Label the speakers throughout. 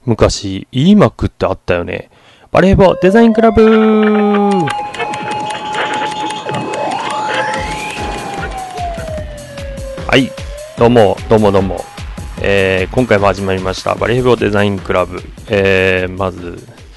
Speaker 1: 昔 EMAC ってあったよね。バレーボデザインクラブ。はい、どうもどうもどうも。今回も始まりましたバレーボデザインクラブ。まず、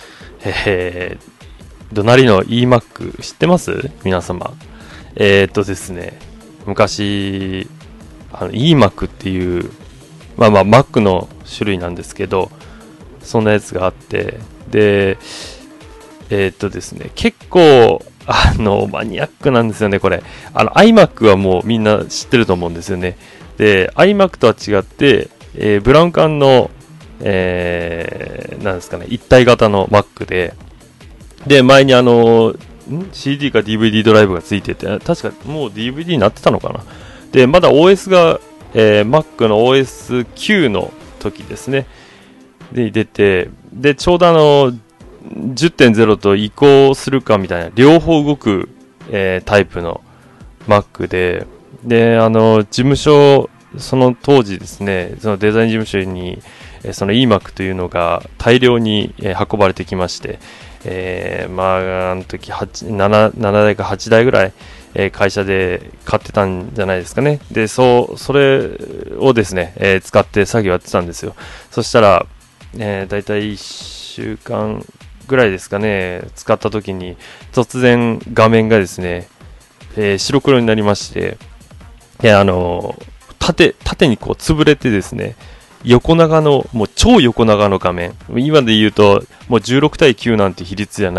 Speaker 1: 隣の EMAC 知ってます皆様。ですね、昔EMAC っていうMac の種類なんですけど、そんなやつがあって、でですね、結構マニアックなんですよね。これiMac はもうみんな知ってると思うんですよね。で iMac とは違って、ブラウン管の、なんですかね、一体型の Mac で前にCD か DVD ドライブがついてて、確かもう DVD になってたのかな。でまだ OS が、Mac の OS9 の時ですねで出て、でちょうど10.0 と移行するかみたいな、両方動く、タイプの Mac で、事務所、その当時ですね、そのデザイン事務所に、その eMac というのが大量に、運ばれてきまして、あの時 7台か8台ぐらい、会社で買ってたんじゃないですかね。で、それをですね、使って作業やってたんですよ。そしたら、だいたい1週間ぐらいですかね、使った時に突然画面がですね、白黒になりまして、縦にこう潰れてですね、横長の、もう超横長の画面、今で言うともう16対9なんて比率じゃない、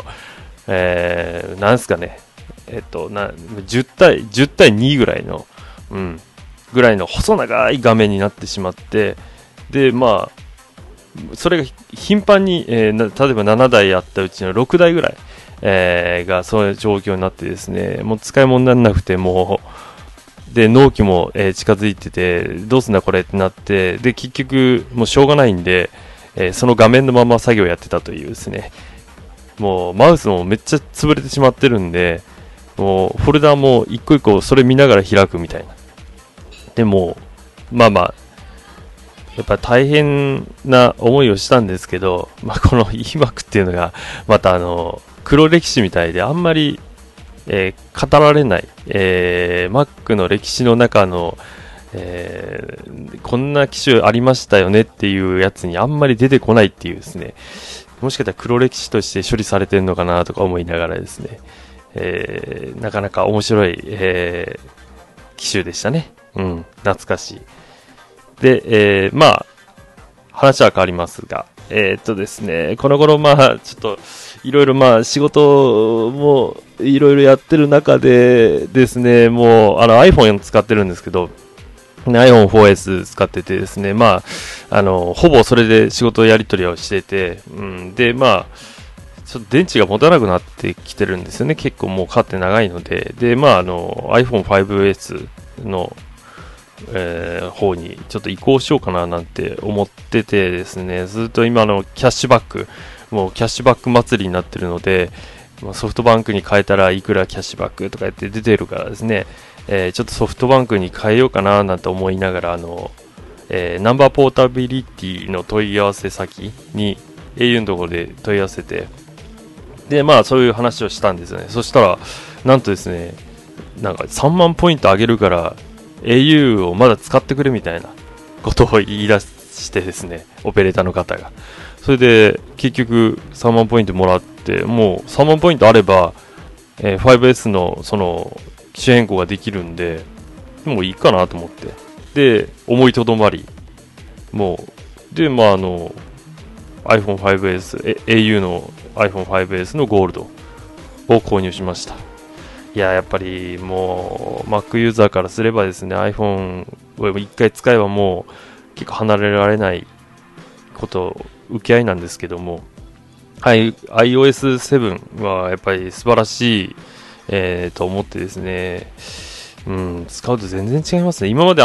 Speaker 1: なんですかね、10対2ぐらいの、ぐらいの細長い画面になってしまって、でそれが頻繁に、例えば7台あったうちの6台ぐらい、がそういう状況になってですね、もう使い物にならなくて、もうで納期も、近づいてて、どうすんだこれってなって、で結局もうしょうがないんで、その画面のまま作業やってたというですね、もうマウスもめっちゃ潰れてしまってるんで、もうフォルダも一個一個それ見ながら開くみたいな。でもやっぱ大変な思いをしたんですけど、この eMac っていうのがまた黒歴史みたいで、あんまり、語られない、Mac の歴史の中の、こんな機種ありましたよねっていうやつにあんまり出てこないっていうですね、もしかしたら黒歴史として処理されてるのかなとか思いながらですね、なかなか面白い、機種でしたね。懐かしい。で、話は変わりますが、ですね、この頃ちょっといろいろ仕事もいろいろやってる中でですね、もうiPhone 使ってるんですけど、iPhone4S 使っててですね、ほぼそれで仕事やり取りをしてて、で、ちょっと電池が持たなくなってきてるんですよね。結構もうかかって長いので、で、iPhone5S の方にちょっと移行しようかななんて思っててですね、ずっと今のキャッシュバック、もうキャッシュバック祭りになってるので、ソフトバンクに変えたらいくらキャッシュバックとか言って出てるからですね、ちょっとソフトバンクに変えようかななんて思いながら、ナンバーポータビリティの問い合わせ先に au のところで問い合わせて、でそういう話をしたんですよね。そしたらなんとですね、なんか3万ポイントあげるからau をまだ使ってくれみたいなことを言い出してですね、オペレーターの方が。それで結局3万ポイントもらって、もう3万ポイントあれば、5S のその機種変更ができるんで、もういいかなと思って、で思いとどまり、もうでiPhone5S、au の iPhone5S のゴールドを購入しました。いや、やっぱりもう Mac ユーザーからすればですね、 iPhone を一回使えばもう結構離れられないこと受け合いなんですけども、はい、iOS7 はやっぱり素晴らしい、と思ってですね、使うと全然違いますね。今まで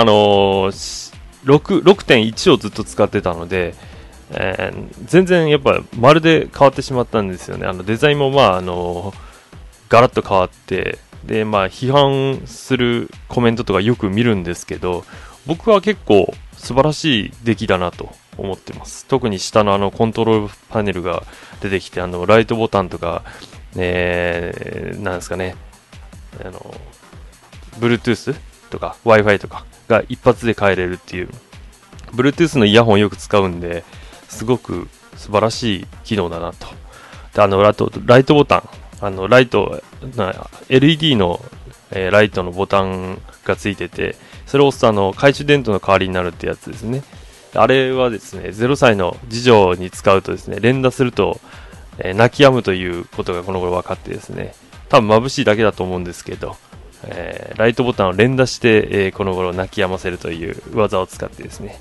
Speaker 1: 6.1 をずっと使ってたので、全然やっぱまるで変わってしまったんですよね。デザインもガラッと変わって、で批判するコメントとかよく見るんですけど、僕は結構素晴らしい出来だなと思ってます。特に下のコントロールパネルが出てきて、ライトボタンとか、なんですかね、Bluetooth とか Wi-Fi とかが一発で変えれるっていう、Bluetooth のイヤホンよく使うんで、すごく素晴らしい機能だなと。で、ライトボタン、LED の、ライトのボタンがついてて、それを押すと懐中電灯の代わりになるってやつですね。あれはですね、0歳の次女に使うとですね、連打すると、泣き止むということがこの頃分かってですね、多分眩しいだけだと思うんですけど、ライトボタンを連打して、この頃泣き止ませるという技を使ってですね、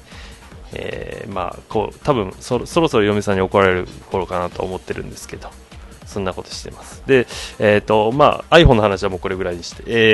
Speaker 1: 多分そろそろ嫁さんに怒られる頃かなと思ってるんですけど、そんなことしてます。で、iPhone の話はもうこれぐらいにして、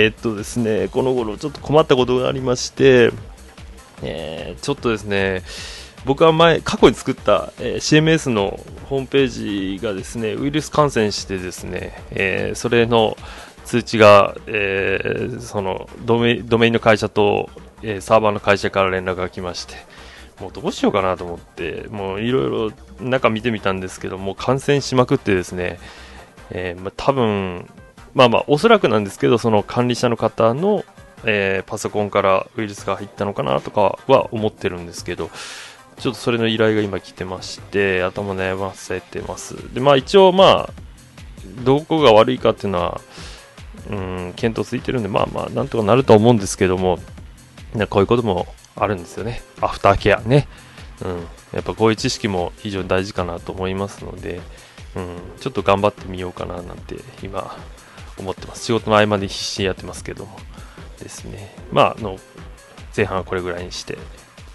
Speaker 1: ですね、この頃ちょっと困ったことがありまして、ちょっとですね、僕は過去に作った、CMS のホームページがですね、ウイルス感染してですね、それの通知が、そのドメインの会社と、サーバーの会社から連絡が来まして、もうどうしようかなと思って、もういろいろ中見てみたんですけど、もう感染しまくってですね、多分、おそらくなんですけど、その管理者の方の、パソコンからウイルスが入ったのかなとかは思ってるんですけど、ちょっとそれの依頼が今来てまして、頭悩ませてます。で、一応どこが悪いかっていうのは、検討ついてるんで、なんとかなると思うんですけども、こういうこともあるんですよね。アフターケアね。やっぱこういう知識も非常に大事かなと思いますので、ちょっと頑張ってみようかななんて今思ってます。仕事の合間で必死にやってますけどもですね。前半はこれぐらいにして。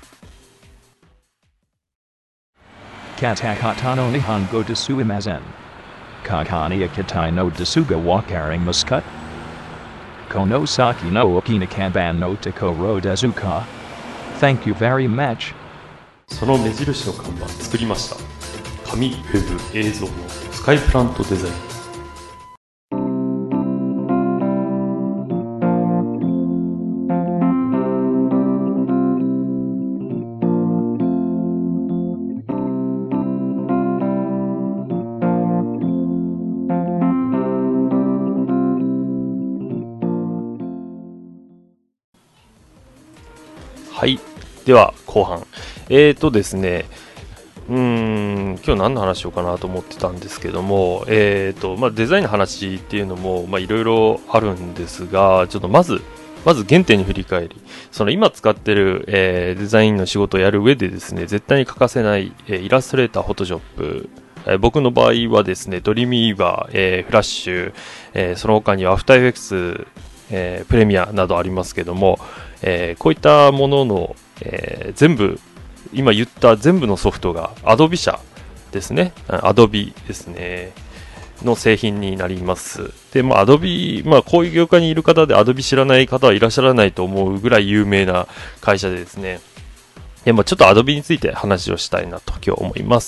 Speaker 2: カタカタの日本語ですいません。かかにakitaiのですがわかりますか？この先の沖縄看板のところですか？ Thank you very much。
Speaker 1: その目印の看板作りました。紙、ウェブ、映像のスカイプラントデザイン。はい。では、後半。ですね、今日何の話しようかなと思ってたんですけども、デザインの話っていうのも、いろいろあるんですが、ちょっとまず原点に振り返り、その今使ってる、デザインの仕事をやる上でですね、絶対に欠かせない、イラストレーター、フォトショップ、僕の場合はですね、ドリームイーバー、フラッシュ、その他にはアフターエフェクス、プレミアなどありますけども、こういったものの、全部今言った全部のソフトが Adobe 社ですね。Adobe ですね。の製品になります。で、Adobe、こういう業界にいる方で Adobe 知らない方はいらっしゃらないと思うぐらい有名な会社でですね。で、ちょっと Adobe について話をしたいなと今日思います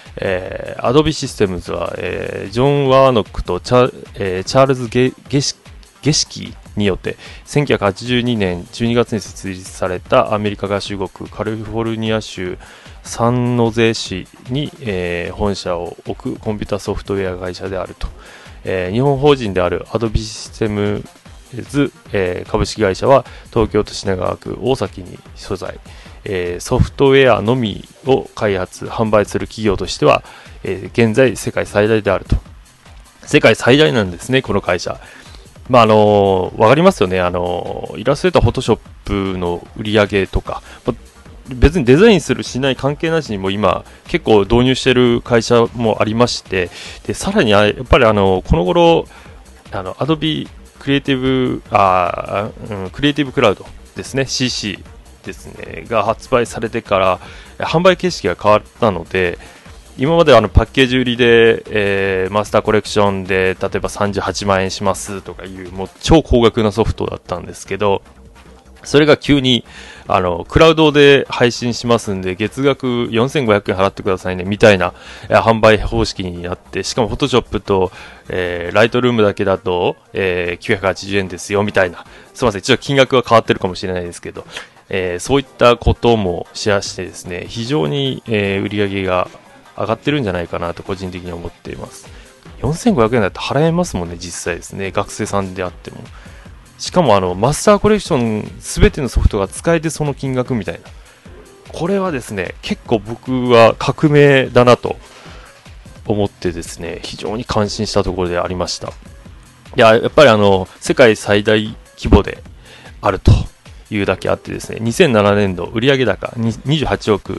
Speaker 1: 。Adobe Systems は、ジョン・ワーノックとチャールズ・ゲシキによって1982年12月に設立されたアメリカ合衆国カリフォルニア州サンノゼ市に、本社を置くコンピューターソフトウェア会社であると、日本法人である Adobe Systems、株式会社は東京都品川区大崎に所在、ソフトウェアのみを開発販売する企業としては、現在世界最大であると。世界最大なんですね、この会社。わかりますよね。イラストレーター、フォトショップの売り上げとか、別にデザインするしない関係なしにも今結構導入している会社もありまして、で、さらにやっぱりこの頃、Adobe クリエイティブクラウドですね、CC ですね、が発売されてから販売形式が変わったので、今までパッケージ売りで、マスターコレクションで例えば38万円しますとかいうもう超高額なソフトだったんですけど、それが急にクラウドで配信しますんで月額4500円払ってくださいねみたいな販売方式になって、しかもフォトショップと、ライトルームだけだと、980円ですよみたいな、すみません、一応金額は変わってるかもしれないですけど、 そういったこともシェアしてですね、非常に、売り上げが上がってるんじゃないかなと個人的に思っています。4500円だって払えますもんね、実際ですね。学生さんであっても。しかもマスターコレクション全てのソフトが使えてその金額みたいな。これはですね、結構僕は革命だなと思ってですね、非常に感心したところでありました。やっぱり世界最大規模であるというだけあってですね、2007年度売上高28億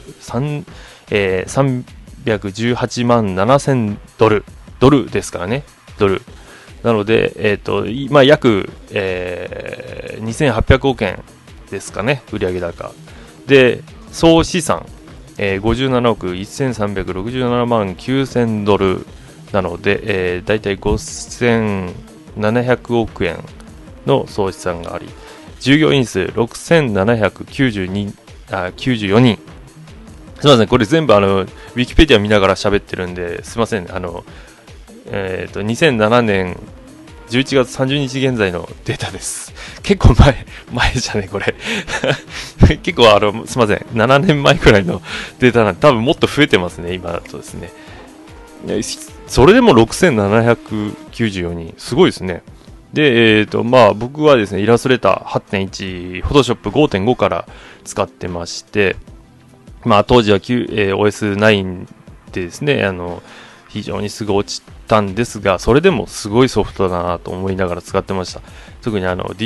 Speaker 1: 318万7000ドルですからね、ドル。なので、約、2800億円ですかね、売上高。で、総資産、57億1367万9000ドルなので、だいたい5700億円の総資産があり、従業員数6794人。すみません、これ全部ウィキペディア見ながら喋ってるんで、すみません、2007年11月30日現在のデータです。結構前じゃね、これ。結構すみません、7年前くらいのデータなんで、多分もっと増えてますね、今だとですね。それでも6794人、すごいですね。で、僕はですね、イラストレーター 8.1、Photoshop 5.5 から使ってまして、当時は、OS9 でですね、非常にすぐ落ちたんですが、それでもすごいソフトだなと思いながら使ってました。特に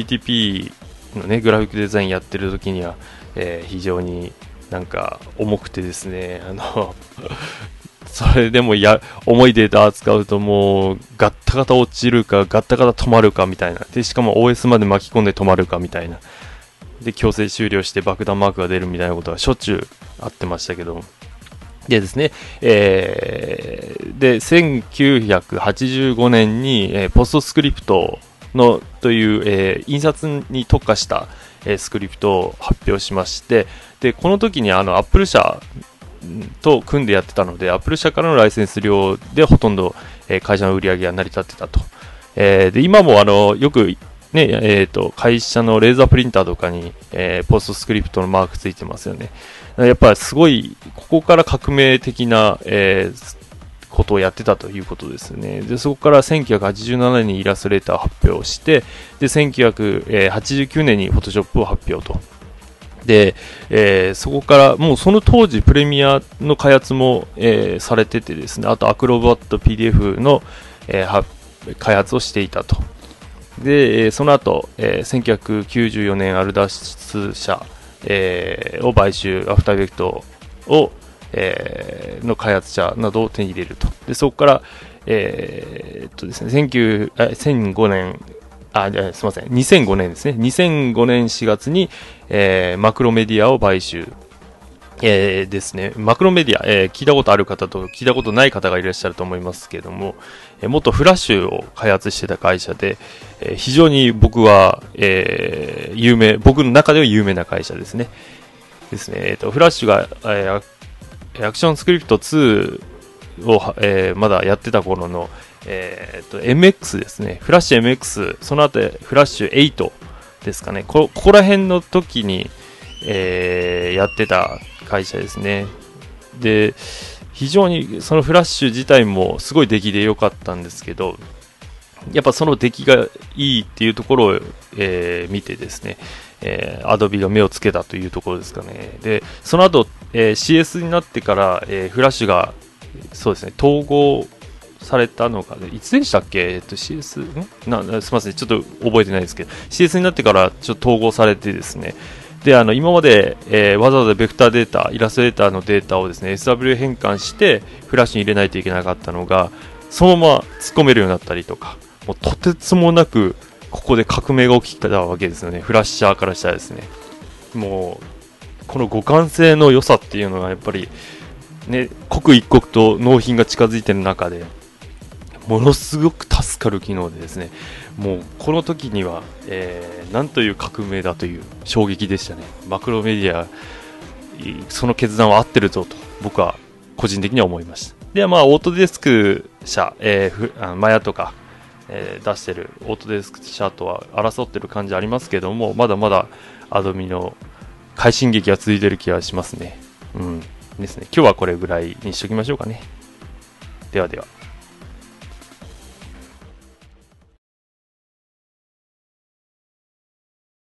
Speaker 1: DTP のね、グラフィックデザインやってる時には、非常になんか重くてですね、それでも重いデータ扱うともうガッタガタ落ちるかガッタガタ止まるかみたいな。で、しかも OS まで巻き込んで止まるかみたいな。で、強制終了して爆弾マークが出るみたいなことがしょっちゅうあってましたけども。でですね、で、1985年に、ポストスクリプトという、印刷に特化した、スクリプトを発表しまして、で、この時にApple 社と組んでやってたので、Apple 社からのライセンス料でほとんど、会社の売り上げが成り立ってたと。で、今もよくね、会社のレーザープリンターとかに、ポストスクリプトのマークついてますよね。やっぱりすごい、ここから革命的な、ことをやってたということですね。で、そこから1987年にイラストレーターを発表して、で、1989年にフォトショップを発表と。で、そこからもうその当時プレミアの開発も、されててですね、あとアクロバット PDF の、開発をしていたと。で、その後、1994年アルダス社、を買収、アフターエフェクトを、の開発者などを手に入れると。で、そこから、ですね、2005年、すみません、2005年ですね。2005年4月に、マクロメディアを買収。ですね。マクロメディア、聞いたことある方と聞いたことない方がいらっしゃると思いますけれども、元フラッシュを開発してた会社で、非常に僕は、僕の中では有名な会社ですね。ですね。フラッシュが、アクションスクリプト2を、まだやってた頃の、MX ですね。フラッシュ MX、その後フラッシュ8ですかね。ここら辺の時に、やってた会社ですね。で、非常にそのフラッシュ自体もすごい出来で良かったんですけど、やっぱその出来がいいっていうところを、見てですね、Adobe が目をつけたというところですかね。で、その後、CS になってから、フラッシュがそうですね、統合されたのか、いつでしたっけ、CS、すみません、ちょっと覚えてないですけど、CS になってからちょっと統合されてですね、で今まで、わざわざベクターデータ、イラストレーターのデータをですね SW 変換してフラッシュに入れないといけなかったのが、そのまま突っ込めるようになったりとか、もうとてつもなくここで革命が起きたわけですよね、フラッシャーからしたらですね。もうこの互換性の良さっていうのがやっぱりね、刻一刻と納品が近づいている中でものすごく助かる機能でですね、もうこの時には、なんという革命だという衝撃でしたね。マクロメディア、その決断は合ってるぞと僕は個人的には思いました。ではオートデスク社、マヤとか、出してるオートデスク社とは争ってる感じありますけども、まだまだアドビの快進撃が続いてる気がしますね。ですね。今日はこれぐらいにしときましょうかね。ではでは。